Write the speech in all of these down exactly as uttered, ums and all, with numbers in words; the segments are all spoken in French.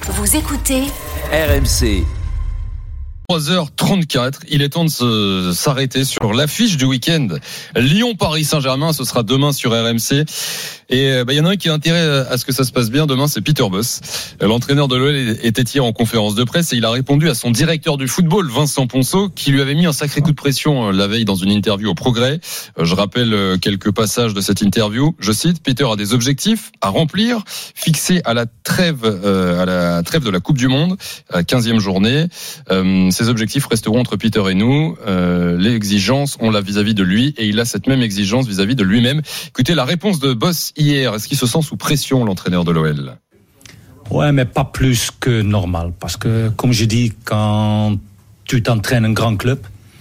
Vous écoutez R M C. trois heures trente-quatre, il est temps de se, s'arrêter sur l'affiche du week-end. Lyon-Paris Saint-Germain, ce sera demain sur R M C. Et bah, il y en a un qui a intérêt à ce que ça se passe bien demain, c'est Peter Bosz. L'entraîneur de l'O L était hier en conférence de presse et il a répondu à son directeur du football, Vincent Ponceau, qui lui avait mis un sacré coup de pression la veille dans une interview au Progrès. Je rappelle quelques passages de cette interview. Je cite, Peter a des objectifs à remplir, fixés à la trêve, euh, à la trêve de la Coupe du Monde, à la quinzième journée. Euh, ces objectifs resteront entre Peter et nous. Euh, l'exigence, on l'a vis-à-vis de lui et il a cette même exigence vis-à-vis de lui-même. Écoutez la réponse de Bosz hier. Est-ce qu'il se sent sous pression, l'entraîneur de l'O L ? Ouais, mais pas plus que normal. Parce que, comme je dis, quand tu t'entraînes un grand club,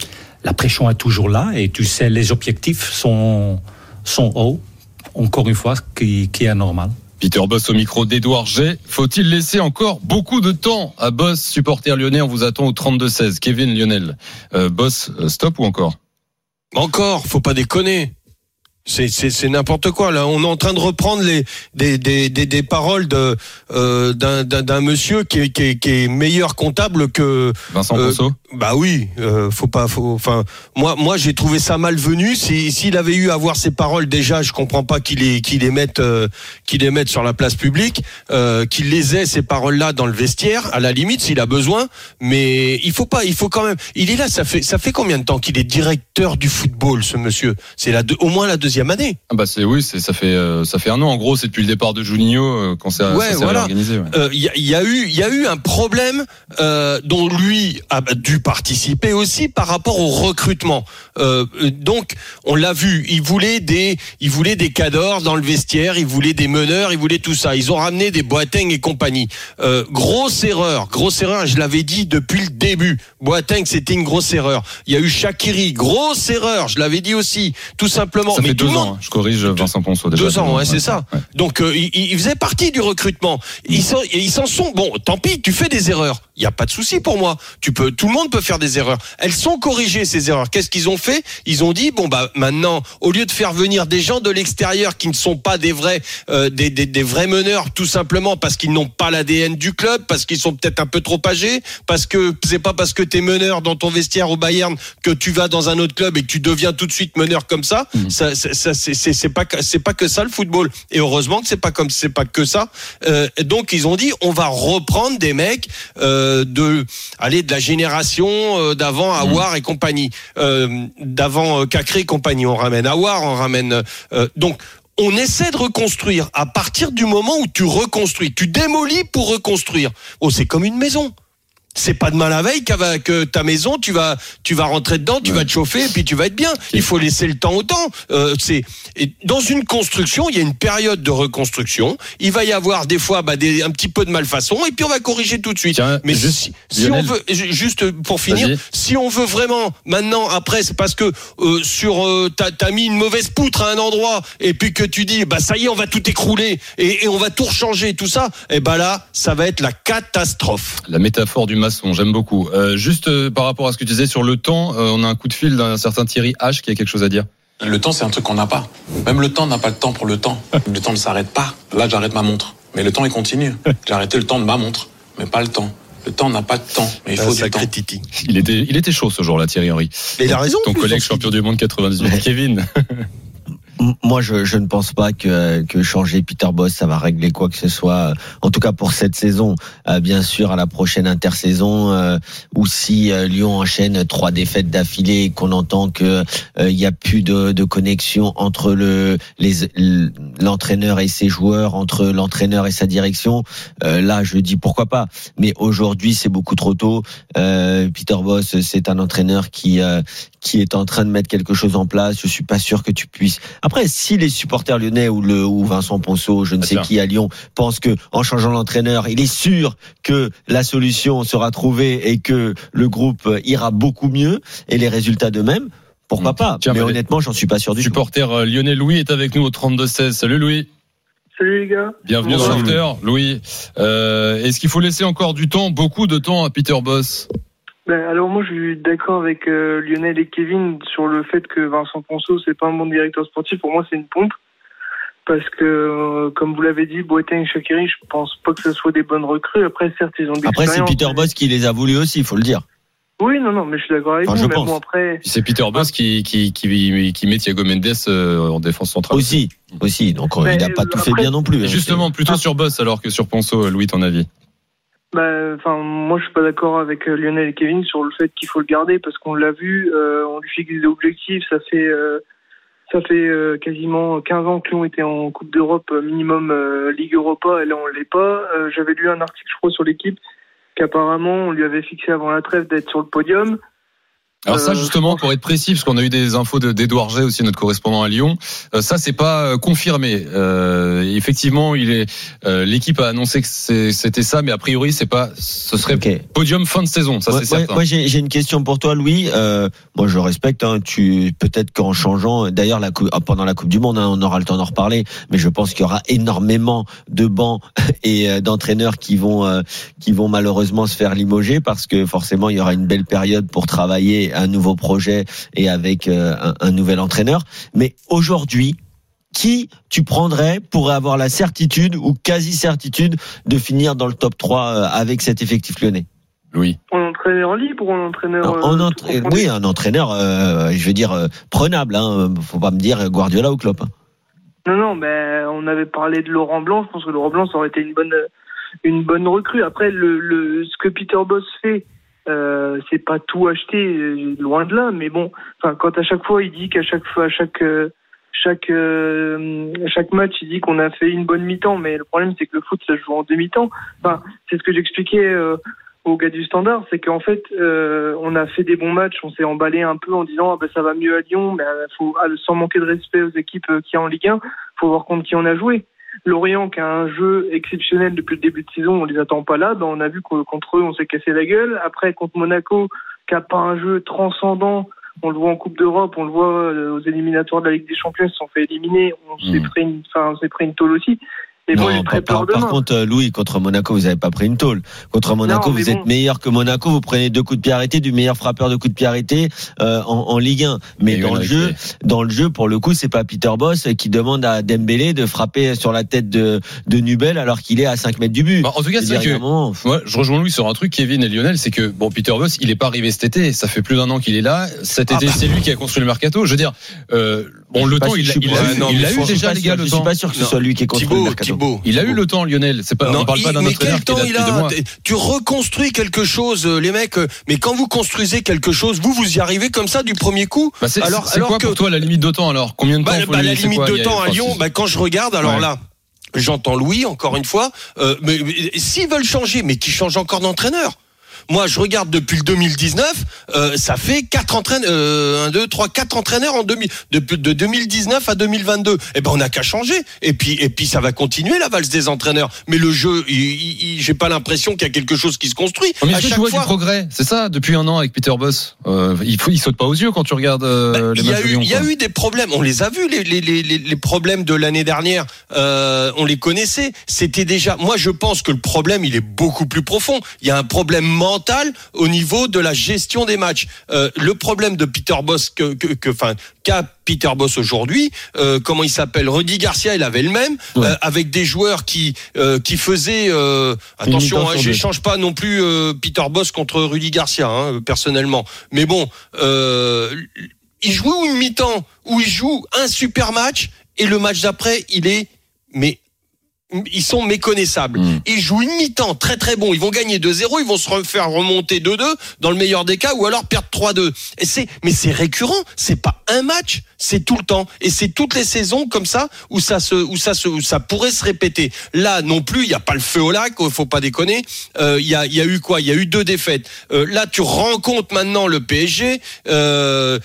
la pression est toujours là et tu sais, les objectifs sont, sont hauts. Encore une fois, qui, qui est normal. Peter Bosz au micro d'Edouard G. Faut-il laisser encore beaucoup de temps à Bosz, supporter lyonnais? On vous attend au trente-deux seize. Kevin, Lionel. Euh, Bosz, stop ou encore? Encore, faut pas déconner. C'est, c'est, c'est n'importe quoi là. On est en train de reprendre les des des des, des paroles de euh, d'un, d'un d'un monsieur qui est qui est, qui est meilleur comptable que Vincent Ponceau. Euh, bah oui, euh, faut pas, faut. Enfin, moi moi j'ai trouvé ça malvenu. Si s'il avait eu à voir ces paroles déjà, je comprends pas qu'il les qu'il les mette euh, qu'il les mette sur la place publique, euh, qu'il les ait ces paroles là dans le vestiaire à la limite s'il a besoin. Mais il faut pas, il faut quand même. Il est là. Ça fait ça fait combien de temps qu'il est directeur du football, ce monsieur? C'est la deux, au moins la deuxième année. Ah bah c'est oui, c'est ça fait euh, ça fait un an en gros, c'est depuis le départ de Juninho euh, quand ça, ouais, ça s'est voilà. réorganisé. Il ouais. euh, y, y a eu il y a eu un problème euh, dont lui a dû participer aussi par rapport au recrutement. Euh, donc on l'a vu, il voulait des il voulait des cadors dans le vestiaire, il voulait des meneurs, il voulait tout ça. Ils ont ramené des Boateng et compagnie. Euh, grosse erreur, grosse erreur. Je l'avais dit depuis le début. Boateng c'était une grosse erreur. Il y a eu Shaqiri, grosse erreur. Je l'avais dit aussi, tout simplement. Ça Mais fait tout deux le ans. monde, Je corrige Vincent Ponceau déjà. Deux ans, ouais, c'est ouais, ça. Ouais. Donc euh, il, il faisait partie du recrutement. Ils s'en, ils s'en sont. Bon, tant pis, tu fais des erreurs. Il y a pas de souci pour moi. Tu peux, tout le monde peut faire des erreurs. Elles sont corrigées ces erreurs. Qu'est-ce qu'ils ont fait? Ils ont dit bon bah maintenant, au lieu de faire venir des gens de l'extérieur qui ne sont pas des vrais, euh, des, des des vrais meneurs, tout simplement parce qu'ils n'ont pas l'A D N du club, parce qu'ils sont peut-être un peu trop âgés, parce que c'est pas parce que t'es meneur dans ton vestiaire au Bayern que tu vas dans un autre club et que tu deviens tout de suite meneur comme ça. Mmh. Ça, ça, ça c'est, c'est, c'est pas, c'est pas que ça le football. Et heureusement que c'est pas comme, c'est pas que ça. Euh, donc ils ont dit on va reprendre des mecs euh, de, allez, de la génération euh, d'avant Aouar mmh. et compagnie, euh, d'avant euh, Cacré et compagnie. On ramène Aouar, on ramène euh, donc. On essaie de reconstruire à partir du moment où tu reconstruis. Tu démolis pour reconstruire. Oh, c'est comme une maison. C'est pas demain la veille que ta maison, tu vas, tu vas rentrer dedans, tu ouais. vas te chauffer et puis tu vas être bien. Il faut laisser le temps au temps. Euh, c'est et dans une construction, il y a une période de reconstruction. Il va y avoir des fois bah, des, un petit peu de malfaçon et puis on va corriger tout de suite. Tiens, mais juste, si, si on veut, juste pour finir, Vas-y. si on veut vraiment maintenant, après, c'est parce que euh, sur euh, t'as, t'as mis une mauvaise poutre à un endroit et puis que tu dis bah ça y est, on va tout écrouler et, et on va tout rechanger, tout ça. Et bah là, ça va être la catastrophe. La métaphore du maçon, j'aime beaucoup. Euh, juste euh, par rapport à ce que tu disais sur le temps, euh, on a un coup de fil d'un certain Thierry H qui a quelque chose à dire. Le temps, c'est un truc qu'on n'a pas. Même le temps n'a pas le temps pour le temps. Le temps ne s'arrête pas. Là, j'arrête ma montre. Mais le temps, il continue. J'ai arrêté le temps de ma montre, mais pas le temps. Le temps n'a pas de temps, mais il faut ah, du temps. Titi. Il était, il était chaud ce jour-là, Thierry Henry. Mais il a raison. Ton collègue champion du monde quatre-vingt-dix-huit, Kevin. Moi, je, je ne pense pas que, que changer Peter Bosz, ça va régler quoi que ce soit. En tout cas pour cette saison. Euh, bien sûr, à la prochaine intersaison, euh, ou si euh, Lyon enchaîne trois défaites d'affilée, qu'on entend que il euh, y a plus de, de connexion entre le les l'entraîneur et ses joueurs, entre l'entraîneur et sa direction. Euh, là, je dis pourquoi pas. Mais aujourd'hui, c'est beaucoup trop tôt. Euh, Peter Bosz, c'est un entraîneur qui euh, qui est en train de mettre quelque chose en place. Je suis pas sûr que tu puisses. Après, si les supporters lyonnais ou le ou Vincent Ponceau, je ne sais qui à Lyon, pensent que en changeant l'entraîneur, il est sûr que la solution sera trouvée et que le groupe ira beaucoup mieux et les résultats de même, pourquoi pas. Tiens, mais honnêtement, j'en suis pas sûr du tout. Supporter lyonnais Louis est avec nous au trente-deux seize. Salut Louis. Salut les gars. Bienvenue dans l'after, Louis. Euh, est-ce qu'il faut laisser encore du temps, beaucoup de temps à Peter Bosz? Ben, alors moi je suis d'accord avec euh, Lionel et Kevin sur le fait que Vincent Ponceau c'est pas un bon directeur sportif. Pour moi c'est une pompe. Parce que, euh, comme vous l'avez dit, Boateng, Shaqiri, je pense pas que ce soit des bonnes recrues. Après, certes, ils ont des Après, c'est Peter Bosz qui les a voulu aussi, il faut le dire. Oui, non, non, mais je suis d'accord avec enfin, vous. Je mais pense. bon, après... C'est Peter Bosz qui, qui, qui, qui met Thiago Mendes en défense centrale. Aussi, aussi. Donc, mais il n'a pas tout après, fait bien non plus. Et justement, plutôt ah. sur Bosz alors que sur Ponceau, Louis, ton avis? Bah, enfin, moi, je suis pas d'accord avec euh, Lionel et Kevin sur le fait qu'il faut le garder parce qu'on l'a vu, euh, on lui fixe des objectifs. Ça fait, euh, ça fait euh, quasiment quinze ans que Lyon était en Coupe d'Europe euh, minimum euh, Ligue Europa, et là on l'est pas. Euh, j'avais lu un article, je crois, sur l'équipe qu'apparemment on lui avait fixé avant la trêve d'être sur le podium. Alors ça, justement, pour être précis, parce qu'on a eu des infos de, d'Edouard Jay aussi, notre correspondant à Lyon, euh, ça c'est pas confirmé. Euh, effectivement, il est, euh, l'équipe a annoncé que c'est, c'était ça, mais a priori, c'est pas, ce serait okay. Podium fin de saison, ça ouais, c'est certain. Moi, j'ai, j'ai une question pour toi, Louis. Euh, moi, je respecte. Hein, tu peut-être qu'en changeant, d'ailleurs, la coupe, pendant la Coupe du Monde, hein, on aura le temps d'en reparler, mais je pense qu'il y aura énormément de bancs et euh, d'entraîneurs qui vont, euh, qui vont malheureusement se faire limoger parce que forcément, il y aura une belle période pour travailler un nouveau projet et avec euh, un, un nouvel entraîneur. Mais aujourd'hui, qui tu prendrais pour avoir la certitude ou quasi-certitude de finir dans le top trois euh, avec cet effectif lyonnais? Oui. En entraîneur libre ou en entraîneur en, en entra- euh, Oui, un entraîneur, euh, je veux dire, euh, prenable. Hein, faut pas me dire Guardiola ou Klopp. Hein. Non, non, mais on avait parlé de Laurent Blanc. Je pense que Laurent Blanc, ça aurait été une bonne, une bonne recrue. Après, le, le, ce que Peter Bosz fait, Euh, c'est pas tout acheté, loin de là, mais bon, enfin, quand à chaque fois il dit qu'à chaque fois, à chaque euh, chaque euh, chaque match, il dit qu'on a fait une bonne mi-temps, mais le problème c'est que le foot ça se joue en deux mi-temps. Enfin, c'est ce que j'expliquais euh, aux gars du Standard, c'est qu'en fait, euh, on a fait des bons matchs, on s'est emballé un peu en disant ah ben ça va mieux à Lyon, mais euh, faut ah, sans manquer de respect aux équipes euh, qui y a en Ligue un, faut voir contre qui on a joué. Lorient qui a un jeu exceptionnel depuis le début de saison, on les attend pas là, ben on a vu que contre eux on s'est cassé la gueule. Après contre Monaco qui a pas un jeu transcendant, on le voit en Coupe d'Europe, on le voit aux éliminatoires de la Ligue des Champions, ils se sont fait éliminer, on mmh. s'est pris une, enfin on s'est pris une tôle aussi. Et non, moi, j'ai très par, peur par, demain. par contre, Louis, contre Monaco, vous n'avez pas pris une tôle. Contre Monaco, non, vous bon. êtes meilleur que Monaco. Vous prenez deux coups de pied arrêtés, du meilleur frappeur de coups de pied arrêtés euh, en, en Ligue un. Mais et dans le jeu, fait. dans le jeu, pour le coup, c'est pas Peter Bosz qui demande à Dembélé de frapper sur la tête de, de Nubel alors qu'il est à cinq mètres du but. Bah, en tout cas, c'est, c'est que moment... moi, je rejoins Louis sur un truc, Kevin et Lionel, c'est que bon, Peter Bosz, il est pas arrivé cet été. Ça fait plus d'un an qu'il est là. Cet été, ah bah. c'est lui qui a construit le mercato. Je veux dire, euh, bon, le temps, il l'a eu déjà, les gars. Je suis pas sûr que ce soit lui qui a construit le mercato. Il a eu le Lionel, c'est pas, non, on parle il, pas d'un mais entraîneur quel temps il a, tu reconstruis quelque chose, les mecs, mais quand vous construisez quelque chose, vous, vous y arrivez comme ça du premier coup. Bah c'est, alors, c'est alors quoi que, pour toi la limite de temps alors? Combien de temps bah, faut bah, lui, la limite quoi, de temps à Lyon, bah, quand je regarde, alors ouais. là, j'entends Louis, encore une fois, euh, mais, mais s'ils veulent changer, mais qu'ils changent encore d'entraîneur. Moi, je regarde depuis le deux mille dix-neuf, euh, ça fait quatre entraîneurs, euh, un, deux, trois, quatre entraîneurs en deux mille, de, de deux mille dix-neuf à deux mille vingt-deux. Eh ben, on n'a qu'à changer. Et puis, et puis, ça va continuer la valse des entraîneurs. Mais le jeu, il, il, j'ai pas l'impression qu'il y a quelque chose qui se construit. Mais à est-ce que chaque tu vois fois... du progrès? C'est ça, depuis un an avec Peter Bosz. Euh, il faut, il saute pas aux yeux quand tu regardes euh, bah, les matchs de Lyon. Il y a eu des problèmes. On les a vus, les, les, les, les problèmes de l'année dernière. Euh, on les connaissait. C'était déjà, moi, je pense que le problème, il est beaucoup plus profond. Il y a un problème mental au niveau de la gestion des matchs. Euh, le problème de Peter Bosz que, que, que, enfin, qu'a Peter Bosz aujourd'hui, euh, comment il s'appelle, Rudy Garcia, il avait le même, ouais. euh, avec des joueurs qui euh, qui faisaient. Euh, attention, hein, j'échange pas non plus euh, Peter Bosz contre Rudy Garcia, hein, personnellement. Mais bon, euh, il joue une mi-temps où il joue un super match et le match d'après, il est mais ils sont méconnaissables. Mmh. Ils jouent une mi-temps très très bon. Ils vont gagner deux zéro, ils vont se refaire remonter deux deux dans le meilleur des cas ou alors perdre trois deux. Et c'est, mais c'est récurrent. C'est pas un match, c'est tout le temps. Et c'est toutes les saisons comme ça où ça se, où ça se, où ça pourrait se répéter. Là non plus, il y a pas le feu au lac, faut pas déconner. Euh, il y a, il y a eu quoi? Il y a eu deux défaites. Euh, là, tu rencontres maintenant le P S G. Euh,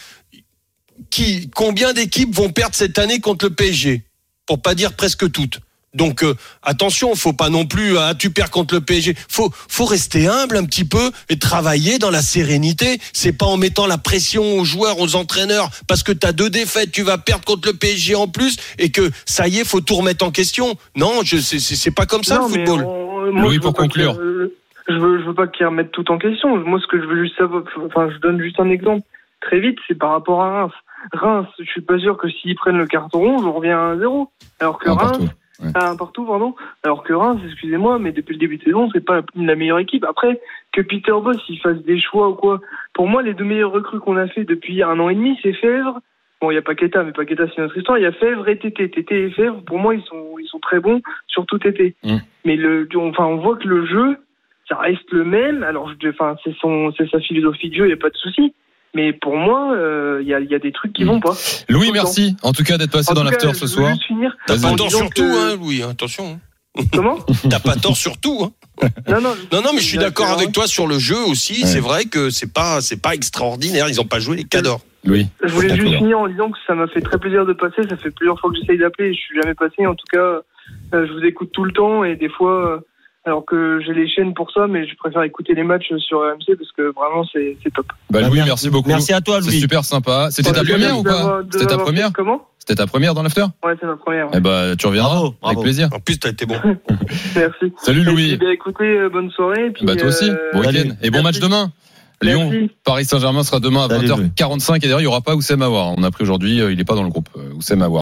qui, combien d'équipes vont perdre cette année contre le P S G? Pour pas dire presque toutes. Donc euh, attention, faut pas non plus ah, tu perds contre le P S G. Faut faut rester humble un petit peu et travailler dans la sérénité. C'est pas en mettant la pression aux joueurs, aux entraîneurs parce que t'as deux défaites, tu vas perdre contre le P S G en plus et que ça y est, faut tout remettre en question. Non, je c'est c'est, c'est pas comme ça non, le football. On, moi, Louis, pour conclure. Je veux je veux pas qu'ils remettent tout en question. Moi, ce que je veux juste savoir, enfin, je donne juste un exemple. très vite, c'est par rapport à Reims. Reims, je suis pas sûr que s'ils prennent le carton rouge, on revient à un zéro. Alors que Un Reims, partout, ouais. à un partout, pardon. Alors que Reims, excusez-moi, mais depuis le début de saison, c'est pas la meilleure équipe. Après, que Peter Bosz, il fasse des choix ou quoi. Pour moi, les deux meilleurs recrues qu'on a fait depuis un an et demi, c'est Fèvre. Bon, il y a Paqueta, mais Paqueta, c'est notre histoire. Il y a Fèvre et Tété. Tété et Fèvre, pour moi, ils sont, ils sont très bons, surtout Tété. Mm. Mais le, enfin, on voit que le jeu, ça reste le même. Alors, je, enfin, c'est son, c'est sa philosophie de jeu, il n'y a pas de souci. Mais pour moi, il euh, y, a, y a des trucs qui vont pas. Louis, merci en tout cas d'être passé En dans tout l'after cas, ce je voulais soir. juste finir T'as Vas-y. pas en tort disant sur tout, que- hein, Louis, hein, attention. Comment? T'as pas tort sur tout, hein. Non, non, Non, non, mais je suis d'accord avec toi. toi sur le jeu aussi. Ouais. C'est vrai que c'est pas, c'est pas extraordinaire. Ils ont pas joué les cadors. Louis. Je voulais D'accord. juste finir en disant que ça m'a fait très plaisir de passer. Ça fait plusieurs fois que j'essaye d'appeler et je suis jamais passé. En tout cas, euh, je vous écoute tout le temps et des fois, euh, alors que j'ai les chaînes pour ça, mais je préfère écouter les matchs sur R M C parce que vraiment c'est c'est top. Bah, Bah, Louis, merci- merci beaucoup. merci à toi, C'est Louis. super sympa. C'était ta En tout cas, première merci ou pas d'avoir- de C'était ta m'avoir première fait- Comment? C'était ta première dans l'after Ouais, c'est ma première. Ouais. Eh bah, tu reviendras Bravo, avec bravo. plaisir. En plus, t'as été bon. Merci. Salut Et puis, Louis. bah, écoutez, euh, bonne soirée. Et puis, Bah, toi aussi. euh, Bon Salut. week-end. Et bon match Merci. demain. Merci. Lyon, Paris Saint-Germain sera demain à Salut, vingt heures Louis. quarante-cinq. Et d'ailleurs, il n'y aura pas Oussem Aouar. On a appris aujourd'hui, euh, il n'est pas dans le groupe. euh, Oussem Aouar.